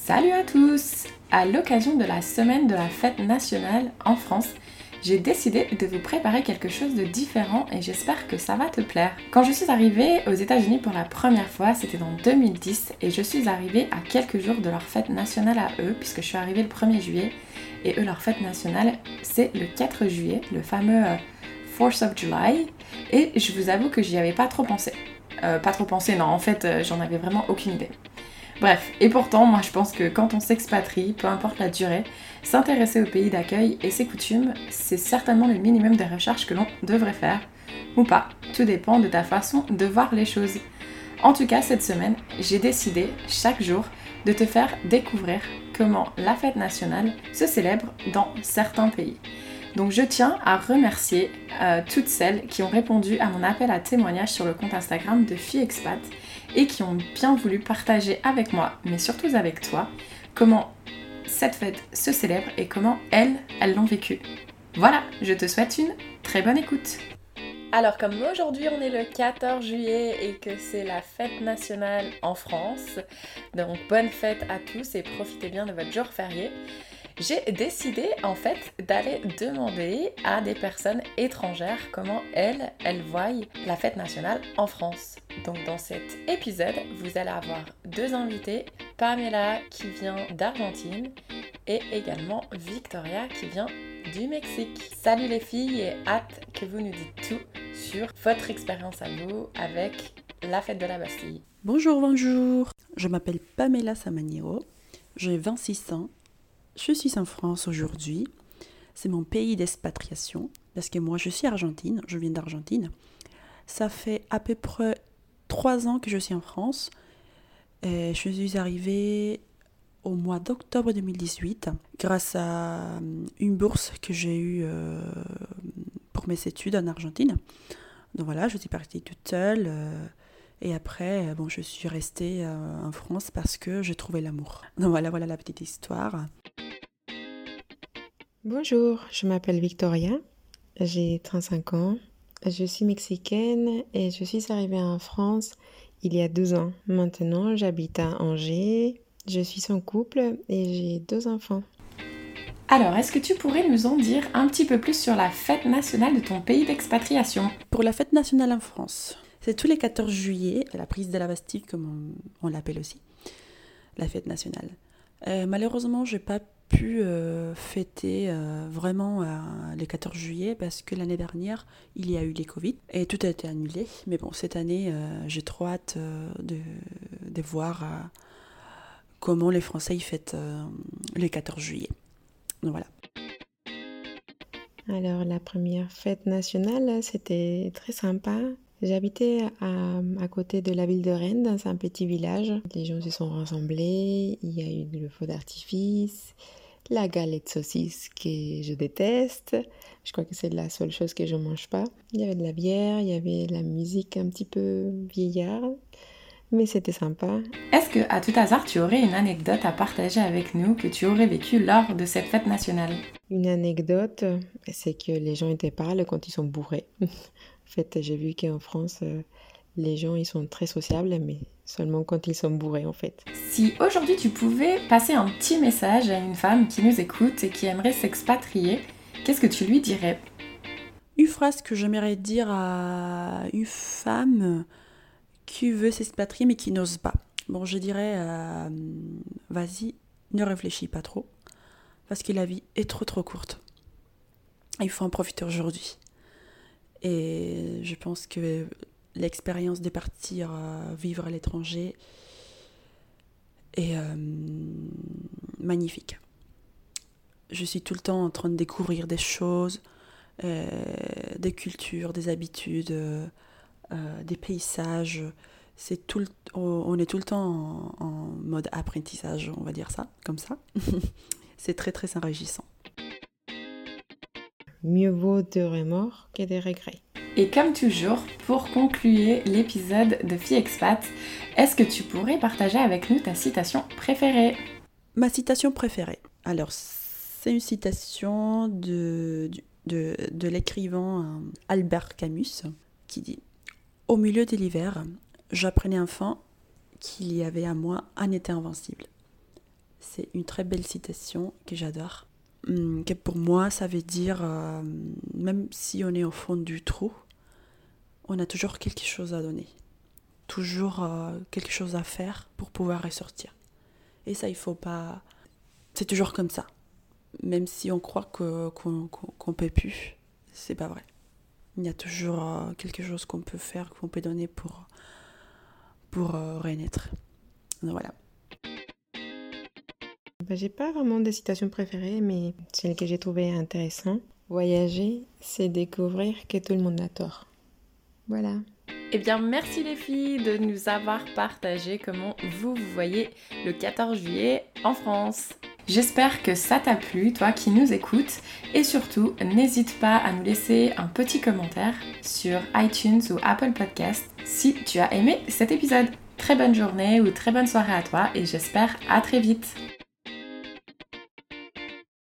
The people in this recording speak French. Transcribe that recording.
Salut à tous! À l'occasion de la semaine de la fête nationale en France, j'ai décidé de vous préparer quelque chose de différent et j'espère que ça va te plaire. Quand je suis arrivée aux États-Unis pour la première fois, c'était en 2010 et je suis arrivée à quelques jours de leur fête nationale à eux, puisque je suis arrivée le 1er juillet et eux, leur fête nationale, c'est le 4 juillet, le fameux 4th of July, et je vous avoue que j'y avais pas trop pensé. Non, en fait, j'en avais vraiment aucune idée. Bref, et pourtant, moi je pense que quand on s'expatrie, peu importe la durée, s'intéresser au pays d'accueil et ses coutumes, c'est certainement le minimum de recherche que l'on devrait faire, ou pas, tout dépend de ta façon de voir les choses. En tout cas, cette semaine, j'ai décidé, chaque jour, de te faire découvrir comment la fête nationale se célèbre dans certains pays. Donc je tiens à remercier toutes celles qui ont répondu à mon appel à témoignage sur le compte Instagram de Filles Expat et qui ont bien voulu partager avec moi, mais surtout avec toi, comment cette fête se célèbre et comment elles l'ont vécue. Voilà, je te souhaite une très bonne écoute. Alors comme aujourd'hui on est le 14 juillet et que c'est la fête nationale en France, donc bonne fête à tous et profitez bien de votre jour férié. J'ai décidé en fait d'aller demander à des personnes étrangères comment elles voient la fête nationale en France. Donc dans cet épisode, vous allez avoir deux invités, Pamela qui vient d'Argentine et également Victoria qui vient du Mexique. Salut les filles et hâte que vous nous dites tout sur votre expérience à vous avec la fête de la Bastille. Bonjour, je m'appelle Pamela Samaniero, j'ai 26 ans. Je suis en France aujourd'hui, c'est mon pays d'expatriation, parce que moi je suis argentine, je viens d'Argentine. Ça fait à peu près 3 ans que je suis en France. Et je suis arrivée au mois d'octobre 2018 grâce à une bourse que j'ai eue pour mes études en Argentine. Donc voilà, je suis partie toute seule. Et après, je suis restée en France parce que j'ai trouvé l'amour. Donc voilà la petite histoire. Bonjour, je m'appelle Victoria, j'ai 35 ans, je suis mexicaine et je suis arrivée en France il y a 12 ans. Maintenant, j'habite à Angers, je suis en couple et j'ai 2 enfants. Alors, est-ce que tu pourrais nous en dire un petit peu plus sur la fête nationale de ton pays d'expatriation ? Pour la fête nationale en France, c'est tous les 14 juillet, la prise de la Bastille comme on l'appelle aussi, la fête nationale. Malheureusement, j'ai pas pu fêter vraiment le 14 juillet parce que l'année dernière, il y a eu les Covid et tout a été annulé. Mais bon, cette année, j'ai trop hâte de voir comment les Français y fêtent le 14 juillet. Donc voilà. Alors, la première fête nationale, c'était très sympa. J'habitais à côté de la ville de Rennes, dans un petit village. Les gens se sont rassemblés, il y a eu le feu d'artifice, la galette saucisse que je déteste. Je crois que c'est la seule chose que je mange pas. Il y avait de la bière, il y avait de la musique un petit peu vieillarde, mais c'était sympa. Est-ce que, à tout hasard, tu aurais une anecdote à partager avec nous que tu aurais vécue lors de cette fête nationale ? Une anecdote, c'est que les gens étaient pâles quand ils sont bourrés. En fait, j'ai vu qu'en France, les gens, ils sont très sociables, mais seulement quand ils sont bourrés, en fait. Si aujourd'hui tu pouvais passer un petit message à une femme qui nous écoute et qui aimerait s'expatrier, qu'est-ce que tu lui dirais ? Une phrase que j'aimerais dire à une femme qui veut s'expatrier mais qui n'ose pas. Bon, je dirais, vas-y, ne réfléchis pas trop, parce que la vie est trop courte. Il faut en profiter aujourd'hui. Et je pense que l'expérience de partir vivre à l'étranger est magnifique. Je suis tout le temps en train de découvrir des choses, des cultures, des habitudes, des paysages. On est tout le temps en mode apprentissage, on va dire ça, comme ça. C'est très enrichissant. Mieux vaut de remords que des regrets. Et comme toujours, pour conclure l'épisode de Filles Expat, est-ce que tu pourrais partager avec nous ta citation préférée ? Ma citation préférée. Alors, c'est une citation de l'écrivain Albert Camus qui dit « Au milieu de l'hiver, j'apprenais enfin qu'il y avait à moi un été invincible. c'est une très belle citation que j'adore. Que pour moi, ça veut dire, même si on est au fond du trou, on a toujours quelque chose à donner. Toujours quelque chose à faire pour pouvoir ressortir. Et ça, il faut pas... C'est toujours comme ça. Même si on croit qu'on peut plus, c'est pas vrai. Il y a toujours quelque chose qu'on peut faire, qu'on peut donner pour renaître. Donc voilà. J'ai pas vraiment de citation préférée, mais celle que j'ai trouvée intéressante. Voyager, c'est découvrir que tout le monde a tort. Voilà. Eh bien, merci les filles de nous avoir partagé comment vous voyez le 14 juillet en France. J'espère que ça t'a plu, toi qui nous écoutes, et surtout, n'hésite pas à nous laisser un petit commentaire sur iTunes ou Apple Podcast si tu as aimé cet épisode. Très bonne journée ou très bonne soirée à toi et j'espère à très vite.